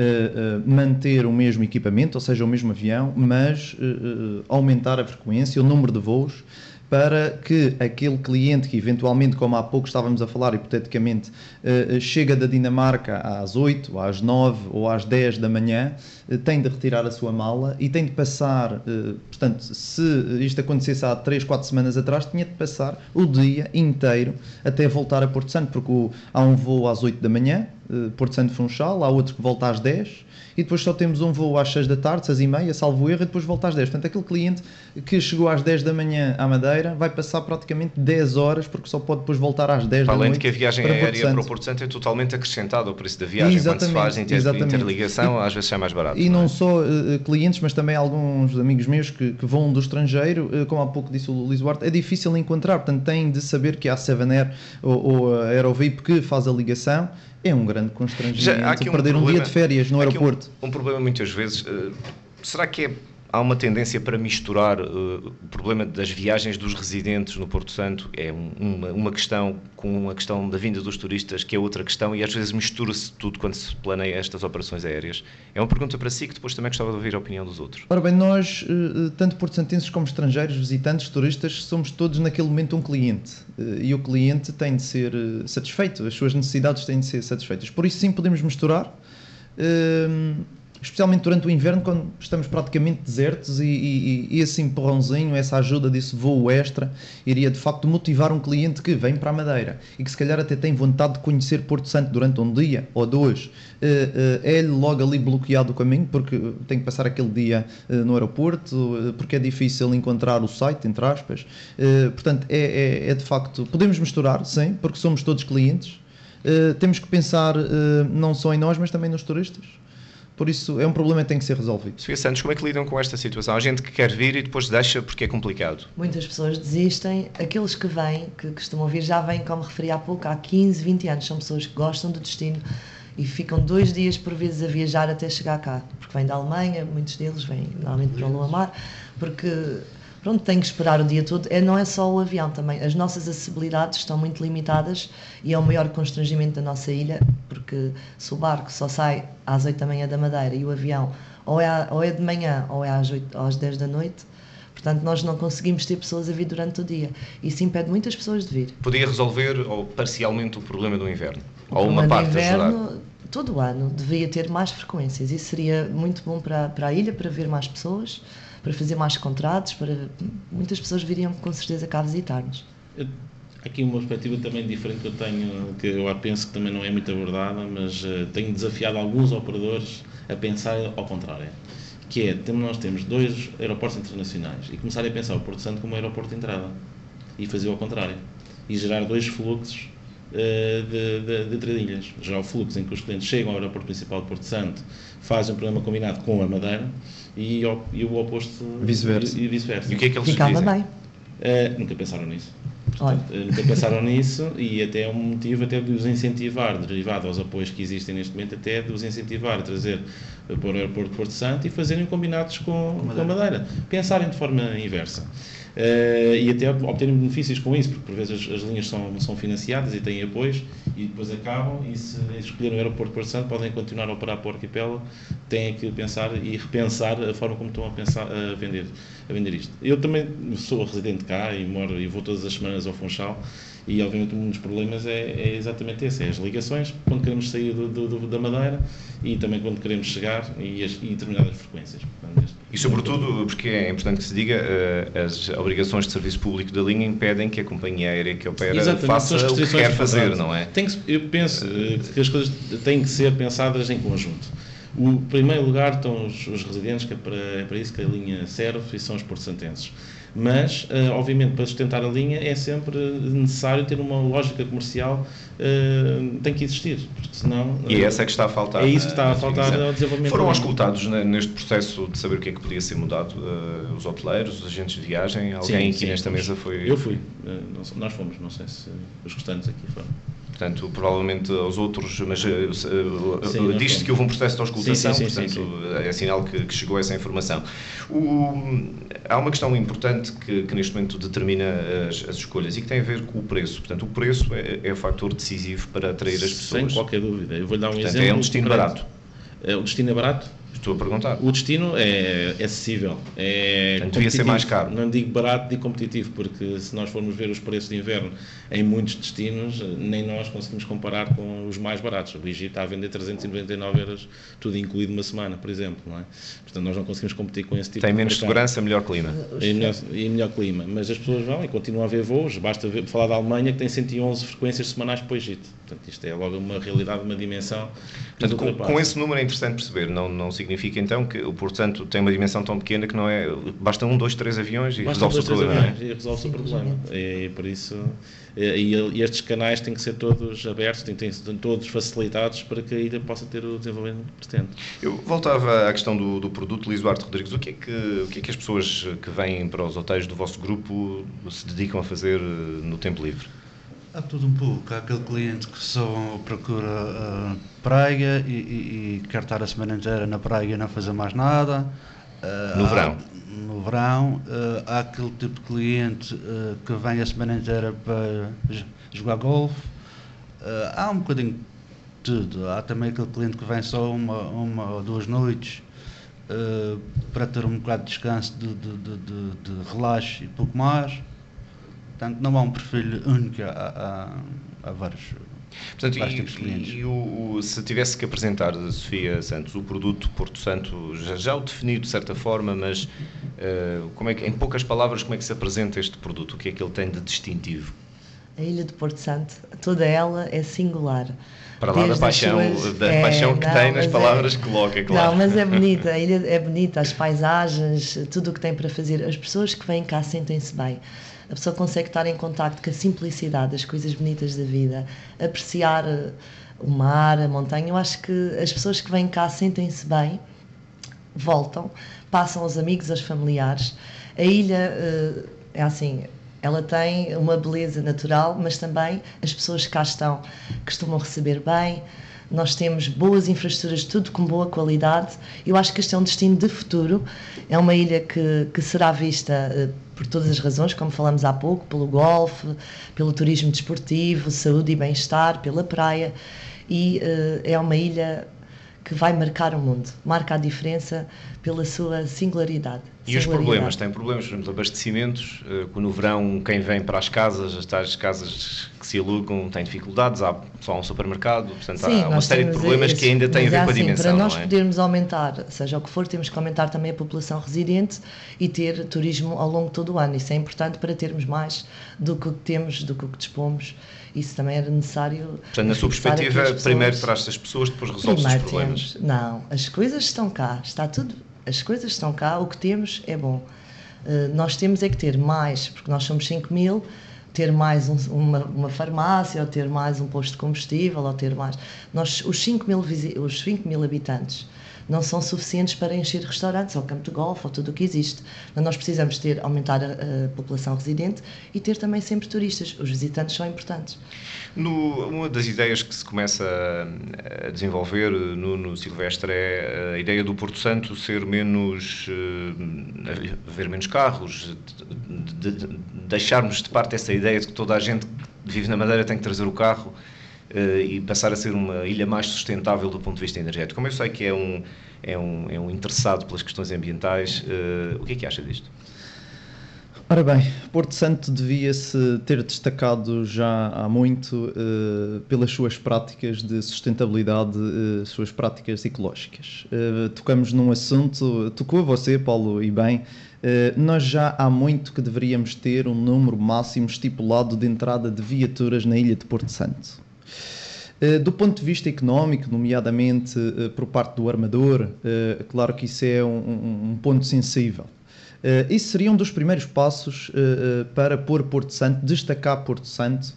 manter o mesmo equipamento, ou seja, o mesmo avião, mas aumentar a frequência, o número de voos, para que aquele cliente que eventualmente, como há pouco estávamos a falar, hipoteticamente, uh, chega da Dinamarca às oito, às nove ou às dez da manhã, uh, tem de retirar a sua mala e tem de passar, uh, portanto, se isto acontecesse há três, quatro semanas atrás, tinha de passar o dia inteiro até voltar a Porto Santo, porque o, há um voo às oito da manhã, uh, Porto Santo Funchal, há outro que volta às dez, e depois só temos um voo às seis da tarde, seis e meia, salvo erro, e depois volta às dez. Portanto, aquele cliente que chegou às dez da manhã à Madeira vai passar praticamente dez horas, porque só pode depois voltar às dez da noite. Além de que a viagem para aérea Porto para o Porto Santo é totalmente acrescentada ao preço da viagem. Exatamente, quando se faz inter exatamente. interligação, e, às vezes é mais barato. E não, não é? só uh, clientes, mas também alguns amigos meus que, que vão do estrangeiro, uh, como há pouco disse o Luís Duarte, é difícil encontrar, portanto têm de saber que há a Seven Air ou, ou a Aerovip que faz a ligação. É um grande constrangimento um perder problema, um dia de férias no há aeroporto. Um, um problema muitas vezes, uh, será que é, há uma tendência para misturar uh, o problema das viagens dos residentes no Porto Santo, é um, uma, uma questão com a questão da vinda dos turistas, que é outra questão, e às vezes mistura-se tudo quando se planeia estas operações aéreas? É uma pergunta para si, que depois também gostava de ouvir a opinião dos outros. Ora bem, nós, tanto porto-santenses como estrangeiros, visitantes, turistas, somos todos naquele momento um cliente, e o cliente tem de ser satisfeito, as suas necessidades têm de ser satisfeitas. Por isso sim podemos misturar, especialmente durante o inverno, quando estamos praticamente desertos, e, e, e esse empurrãozinho, essa ajuda desse voo extra, iria de facto motivar um cliente que vem para a Madeira e que se calhar até tem vontade de conhecer Porto Santo durante um dia ou dois, é-lhe logo ali bloqueado o caminho, porque tem que passar aquele dia no aeroporto, porque é difícil encontrar o site, entre aspas. Portanto, é, é, é de facto, podemos misturar, sim, porque somos todos clientes, temos que pensar não só em nós, mas também nos turistas. Por isso, é um problema que tem que ser resolvido. Sofia Santos, como é que lidam com esta situação? Há gente que quer vir e depois deixa porque é complicado. Muitas pessoas desistem. Aqueles que vêm, que costumam vir, já vêm, como referi há pouco, há quinze, vinte anos. São pessoas que gostam do destino e ficam dois dias por vezes a viajar até chegar cá. Porque vêm da Alemanha, muitos deles vêm normalmente para o Luamar, porque... Pronto, tem que esperar o dia todo. É, não é só o avião também. As nossas acessibilidades estão muito limitadas e é o maior constrangimento da nossa ilha, porque se o barco só sai às oito da manhã da Madeira e o avião ou é, ou é de manhã ou é às, oito, às dez da noite, portanto nós não conseguimos ter pessoas a vir durante o dia. Isso impede muitas pessoas de vir. Podia resolver ou parcialmente o problema do inverno? O ou uma parte do inverno, ajudar? Todo o ano devia ter mais frequências. Isso seria muito bom para, para a ilha, para ver mais pessoas, para fazer mais contratos, para muitas pessoas viriam com certeza cá visitar-nos. Aqui uma perspectiva também diferente que eu tenho, que eu penso que também não é muito abordada, mas uh, tenho desafiado alguns operadores a pensar ao contrário, que é, nós temos dois aeroportos internacionais e começar a pensar o Porto Santo como um aeroporto de entrada e fazer ao contrário, e gerar dois fluxos uh, de, de, de tradilhas, gerar o fluxo em que os clientes chegam ao aeroporto principal de Porto Santo, fazem um programa combinado com a Madeira, e, e o oposto vice-versa. E, e vice-versa. E o que é que eles Ficava dizem? bem. Uh, nunca pensaram nisso. Portanto, nunca pensaram nisso, e até é um motivo até de os incentivar, derivado aos apoios que existem neste momento, até de os incentivar a trazer para o aeroporto de Porto Santo e fazerem combinados com, com a Madeira. Pensarem de forma inversa. Uh, e até obterem benefícios com isso, porque por vezes as, as linhas são, são financiadas e têm apoios e depois acabam, e se escolherem o aeroporto de Porto Santo podem continuar a operar para o arquipélago, têm que pensar e repensar a forma como estão a, pensar, a, vender, a vender isto. Eu também sou residente cá e moro e vou todas as semanas ao Funchal, e obviamente um dos problemas é, é exatamente esse, é as ligações, quando queremos sair do, do, do, da Madeira e também quando queremos chegar, e, as, e determinadas frequências. Portanto, este, e sobretudo, porque é importante que se diga, as obrigações de serviço público da linha impedem que a companhia aérea que opera exatamente, faça o que quer fazer, não é? Tem que, eu penso que as coisas têm que ser pensadas em conjunto. O em primeiro lugar estão os, os residentes, que é para, é para isso que a linha serve, e são os porto-santenses. Mas, uh, obviamente, para sustentar a linha é sempre necessário ter uma lógica comercial, uh, tem que existir, porque senão... Uh, e essa é que está a faltar. É isso que está a faltar ao desenvolvimento. Foram auscultados neste processo de saber o que é que podia ser mudado, uh, os hoteleiros, os agentes de viagem, alguém sim, aqui sim, nesta mesa foi... Eu fui, uh, nós fomos, não sei se os restantes aqui foram. Portanto, provavelmente aos outros, mas uh, uh, diz-se que houve um processo de auscultação, sim, sim, portanto, sim, sim, sim. é sinal que, que chegou essa informação. O, há uma questão importante que, que neste momento determina as, as escolhas e que tem a ver com o preço. Portanto, o preço é, é o fator decisivo para atrair as pessoas. Sem qualquer dúvida. Eu vou dar um portanto, exemplo. É um destino barato. É, o destino é barato? Estou a perguntar. O destino é, é acessível. É portanto, devia ser mais caro. Não digo barato, digo competitivo, porque se nós formos ver os preços de inverno em muitos destinos, nem nós conseguimos comparar com os mais baratos. O Egito está a vender trezentos e noventa e nove euros, tudo incluído uma semana, por exemplo. Não é? Portanto, nós não conseguimos competir com esse tipo Tem de menos mercado. Segurança, melhor clima. E melhor, e melhor clima. Mas as pessoas vão e continuam a ver voos. Basta ver, falar da Alemanha, que tem cento e onze frequências semanais para o Egito. Portanto, isto é logo uma realidade, uma dimensão. Portanto, com, com esse número é interessante perceber. Não, não significa, então, que o Porto tem uma dimensão tão pequena que não é... Basta um, dois, três aviões e resolve-se o problema, não é? E resolve-se o problema. E, e por isso... E, e estes canais têm que ser todos abertos, têm que ser todos facilitados para que a ilha possa ter o desenvolvimento que pretende. Eu voltava à questão do, do produto, Luís Duarte Rodrigues. O que, é que, o que é que as pessoas que vêm para os hotéis do vosso grupo se dedicam a fazer no tempo livre? Há tudo um pouco. Há aquele cliente que só procura uh, praia e, e, e quer estar a semana inteira na praia e não fazer mais nada. Uh, no há, verão? No verão. Uh, há aquele tipo de cliente uh, que vem a semana inteira para jogar golfe. Uh, há um bocadinho de tudo. Há também aquele cliente que vem só uma, uma ou duas noites uh, para ter um bocado de descanso, de, de, de, de, de relaxo e pouco mais. Portanto, não há um perfil único, há, há, há vários, Portanto, vários e, tipos de clientes. E o, o, se tivesse que apresentar, Sofia Santos, o produto Porto Santo, já, já o definido de certa forma, mas uh, como é que, em poucas palavras, como é que se apresenta este produto? O que é que ele tem de distintivo? A ilha de Porto Santo, toda ela é singular. Para lá da paixão, suas... da é, paixão que não, tem nas palavras é... que coloca, claro. Não, mas é bonita, a ilha é bonita, as paisagens, tudo o que tem para fazer. As pessoas que vêm cá sentem-se bem. A pessoa consegue estar em contacto com a simplicidade, as coisas bonitas da vida, apreciar o mar, a montanha. Eu acho que as pessoas que vêm cá sentem-se bem, voltam, passam aos amigos, aos familiares. A ilha é assim, ela tem uma beleza natural, mas também as pessoas que cá estão costumam receber bem. Nós temos boas infraestruturas, tudo com boa qualidade. Eu acho que este é um destino de futuro. É uma ilha que, que será vista uh, por todas as razões, como falamos há pouco, pelo golfe, pelo turismo desportivo, saúde e bem-estar, pela praia. E uh, é uma ilha que vai marcar o mundo, marca a diferença pela sua singularidade. E os problemas? Tem problemas, por exemplo, abastecimentos? No verão, quem vem para as casas, as tais casas que se alugam, tem dificuldades, há só um supermercado, portanto sim, há uma série de problemas esse, que ainda têm a ver com a assim, dimensão. Para nós não é? podermos aumentar, seja o que for, temos que aumentar também a população residente e ter turismo ao longo de todo o ano. Isso é importante para termos mais do que temos, do que dispomos. Isso também era necessário. Portanto, na sua perspectiva, primeiro traz-se as pessoas, depois resolve-se os problemas. Temos, não, as coisas estão cá, está tudo, as coisas estão cá, o que temos é bom. Uh, nós temos é que ter mais, porque nós somos cinco mil, ter mais um, uma, uma farmácia, ou ter mais um posto de combustível, ou ter mais. Nós, os cinco mil, os cinco mil habitantes não são suficientes para encher restaurantes, ou campo de golfe, ou tudo o que existe. Então, nós precisamos ter, aumentar a, a população residente e ter também sempre turistas. Os visitantes são importantes. No, uma das ideias que se começa a, a desenvolver no, no Silvestre é a ideia do Porto Santo ser menos, uh, haver menos carros, de, de, de deixarmos de parte essa ideia de que toda a gente que vive na Madeira tem que trazer o carro uh, e passar a ser uma ilha mais sustentável do ponto de vista energético. Como eu sei que é um, é um, é um interessado pelas questões ambientais, uh, o que é que acha disto? Ora bem, Porto Santo devia-se ter destacado já há muito uh, pelas suas práticas de sustentabilidade, uh, suas práticas ecológicas. Uh, tocamos num assunto, tocou você, Paulo, e bem, uh, nós já há muito que deveríamos ter um número máximo estipulado de entrada de viaturas na ilha de Porto Santo. Do ponto de vista económico, nomeadamente por parte do armador, claro que isso é um, um ponto sensível. Isso seria um dos primeiros passos para pôr Porto Santo, destacar Porto Santo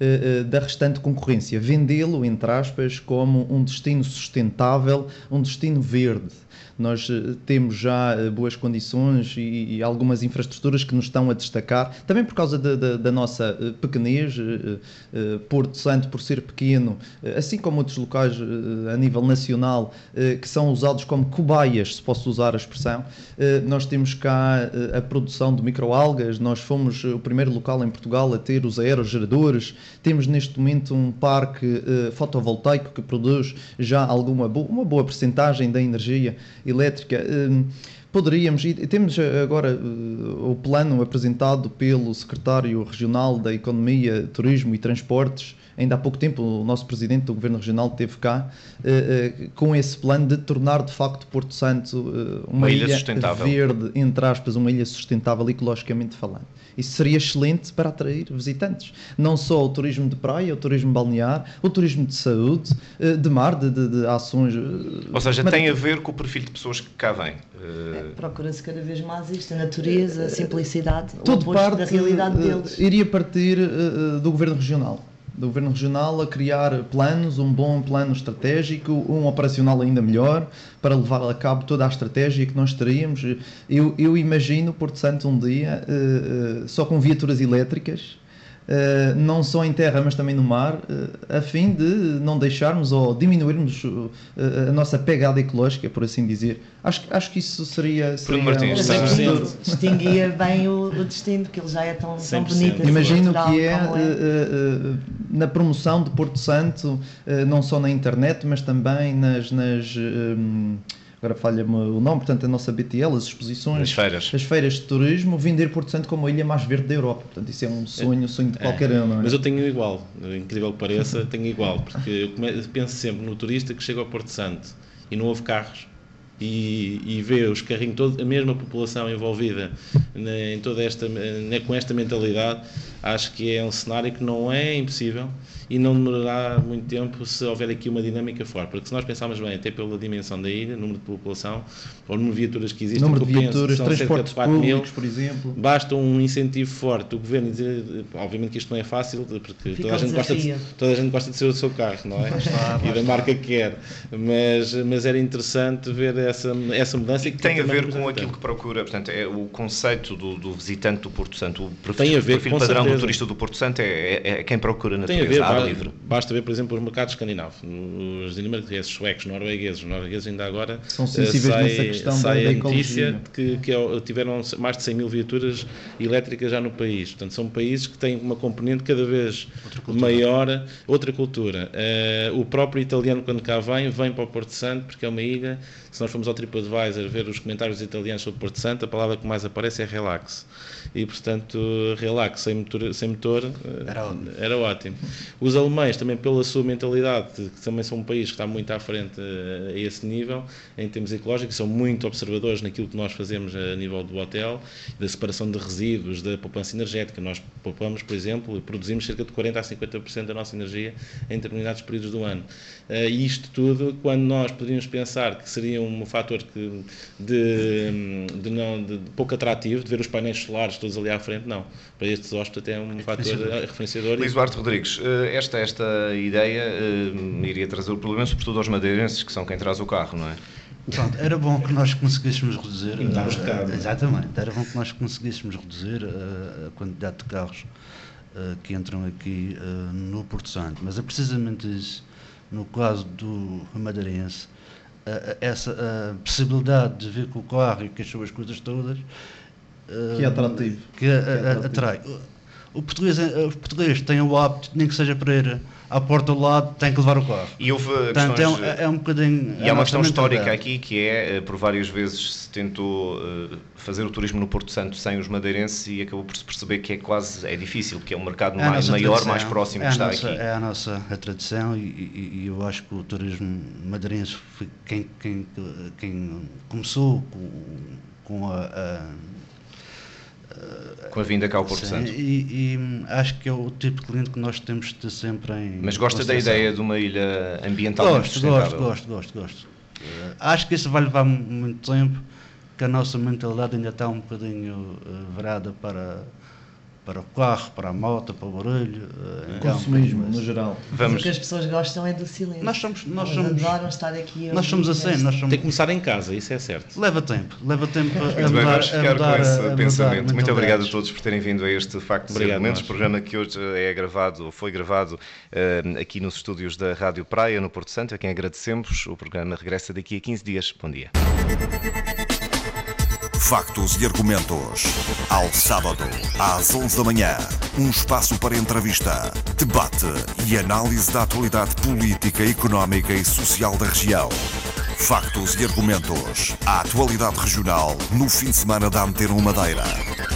da restante concorrência, vendê-lo, entre aspas, como um destino sustentável, um destino verde. Nós temos já boas condições e, e algumas infraestruturas que nos estão a destacar, também por causa da, da, da nossa pequenez. Porto Santo, por ser pequeno, assim como outros locais a nível nacional, que são usados como cobaias, se posso usar a expressão. Nós temos cá a produção de microalgas, nós fomos o primeiro local em Portugal a ter os aerogeradores, temos neste momento um parque fotovoltaico que produz já alguma bo- uma boa percentagem da energia elétrica. Poderíamos, e temos agora o plano apresentado pelo Secretário Regional da Economia, Turismo e Transportes. Ainda há pouco tempo o nosso Presidente do Governo Regional esteve cá uh, uh, com esse plano de tornar de facto Porto Santo uh, uma, uma ilha, ilha sustentável. Verde, entre aspas, uma ilha sustentável ecologicamente falando. Isso seria excelente para atrair visitantes. Não só o turismo de praia, o turismo balnear, o turismo de saúde, uh, de mar, de, de, de ações... Uh, Ou seja, tem a ver com o perfil de pessoas que cá vêm. Uh... É, procura-se cada vez mais isto, a natureza, a simplicidade, o oposto parte, da realidade uh, deles. Iria partir uh, do Governo Regional. do Governo Regional a criar planos, um bom plano estratégico, um operacional ainda melhor, para levar a cabo toda a estratégia que nós teríamos. Eu, eu imagino Porto Santo um dia uh, uh, só com viaturas elétricas, uh, não só em terra, mas também no mar, uh, a fim de não deixarmos ou diminuirmos uh, a nossa pegada ecológica, por assim dizer. Acho, acho que isso seria... seria Martins, um... cem por cento. Distinguia bem o, o destino, porque ele já é tão, tão bonito. Imagino assim, que é, é. Uh, uh, na promoção de Porto Santo, uh, não só na internet, mas também nas... nas um, agora falha-me o nome, portanto a nossa B T L, as exposições, as feiras. as feiras de turismo, vender Porto Santo como a ilha mais verde da Europa. Portanto, isso é um sonho, um sonho de qualquer é, um, não é? Mas eu tenho igual, incrível que pareça, tenho igual, porque eu penso sempre no turista que chega ao Porto Santo e não houve carros, e, e vê os carrinhos, toda, a mesma população envolvida em toda esta, com esta mentalidade. Acho que é um cenário que não é impossível e não demorará muito tempo se houver aqui uma dinâmica forte, porque se nós pensarmos bem, até pela dimensão da ilha, número de população, ou número de viaturas que existem, número de viaturas, penso, transportes públicos, por exemplo, basta um incentivo forte do governo dizer, obviamente que isto não é fácil, porque toda a, gente gosta de, toda a gente gosta de ser o seu carro, não é? Está, e da marca que quer, mas, mas era interessante ver essa, essa mudança. E que tem a ver com aquilo que procura, portanto, é o conceito do, do visitante do Porto Santo, o perfil, tem a ver, perfil padrão certeza. Do turista do Porto Santo é, é, é quem procura na natureza, ar livre. Basta ver, por exemplo, os mercados escandinavos, os dinamarqueses, suecos, noruegueses, os noruegueses ainda agora são sensíveis sai, nessa questão sai da, a notícia que, que tiveram mais de cem mil viaturas elétricas já no país. Portanto, são países que têm uma componente cada vez outra maior, outra cultura. Uh, o próprio italiano, quando cá vem, vem para o Porto Santo, porque é uma ilha. Se nós formos ao TripAdvisor ver os comentários italianos sobre Porto Santo, a palavra que mais aparece é relax. E, portanto, relax sem motor, sem motor era, ótimo. era ótimo. Os alemães, também pela sua mentalidade, que também são um país que está muito à frente a esse nível, em termos ecológicos, são muito observadores naquilo que nós fazemos a nível do hotel, da separação de resíduos, da poupança energética. Nós poupamos, por exemplo, e produzimos cerca de quarenta a cinquenta por cento da nossa energia em determinados períodos do ano. E isto tudo, quando nós poderíamos pensar que seria um fator que de, de, não, de pouco atrativo, de ver os painéis solares todos ali à frente, não. Para estes hóspedes até é um fator referenciador. Luís Duarte Rodrigues, esta, esta ideia uh, iria trazer o problema, sobretudo aos madeirenses, que são quem traz o carro, não é? Pronto, era bom que nós conseguíssemos reduzir. Uh, uh, exatamente, era bom que nós conseguíssemos reduzir uh, a quantidade de carros uh, que entram aqui uh, no Porto Santo. Mas é precisamente isso, no caso do madeirense, uh, essa uh, possibilidade de vir com o carro e com as suas coisas todas. Que é atrativo. Que, é, que é atrativo. Atrai. O português, o português tem o hábito, nem que seja para ir à porta ao lado, tem que levar o carro. E houve Portanto, questões, é, um, é um bocadinho... E há uma questão histórica aqui, que é, por várias vezes se tentou fazer o turismo no Porto Santo sem os madeirenses e acabou por se perceber que é quase, é difícil, porque é um mercado é mais, maior, tradição, mais próximo é que está nossa, aqui. É a nossa a tradição e, e, e eu acho que o turismo madeirense foi quem, quem, quem começou com, com a... a Com a vinda cá ao Porto Sim, Santo. E, e acho que é o tipo de cliente que nós temos de ter sempre em Mas gosta da ideia de uma ilha ambientalmente gosto, sustentável? gosto, gosto, gosto, gosto. Uh, acho que isso vai levar muito tempo, que a nossa mentalidade ainda está um bocadinho uh, virada para, para o carro, para a moto, para o barulho. Uh, Consumismo, no geral. Vamos. O que as pessoas gostam é do silêncio. Nós somos, nós Elas somos, adoram estar aqui. a nós somos ouvir assim, este- nós somos, Tem que começar em casa, isso é certo. leva tempo, leva tempo a Muito bem, mudar, vamos a ficar mudar, com esse a mudar pensamento. Muito obrigado a mentalidades. todos por terem vindo a este Factos e Obrigado, Argumentos, nós. programa que hoje é gravado, ou foi gravado eh, aqui nos estúdios da Rádio Praia, no Porto Santo, a quem agradecemos. O programa regressa daqui a quinze dias. Bom dia. Factos e Argumentos. Ao sábado, às onze da manhã. Um espaço para entrevista, debate e análise da atualidade política, económica e social da região. Factos e Argumentos. A atualidade regional no fim de semana da Antena um Madeira.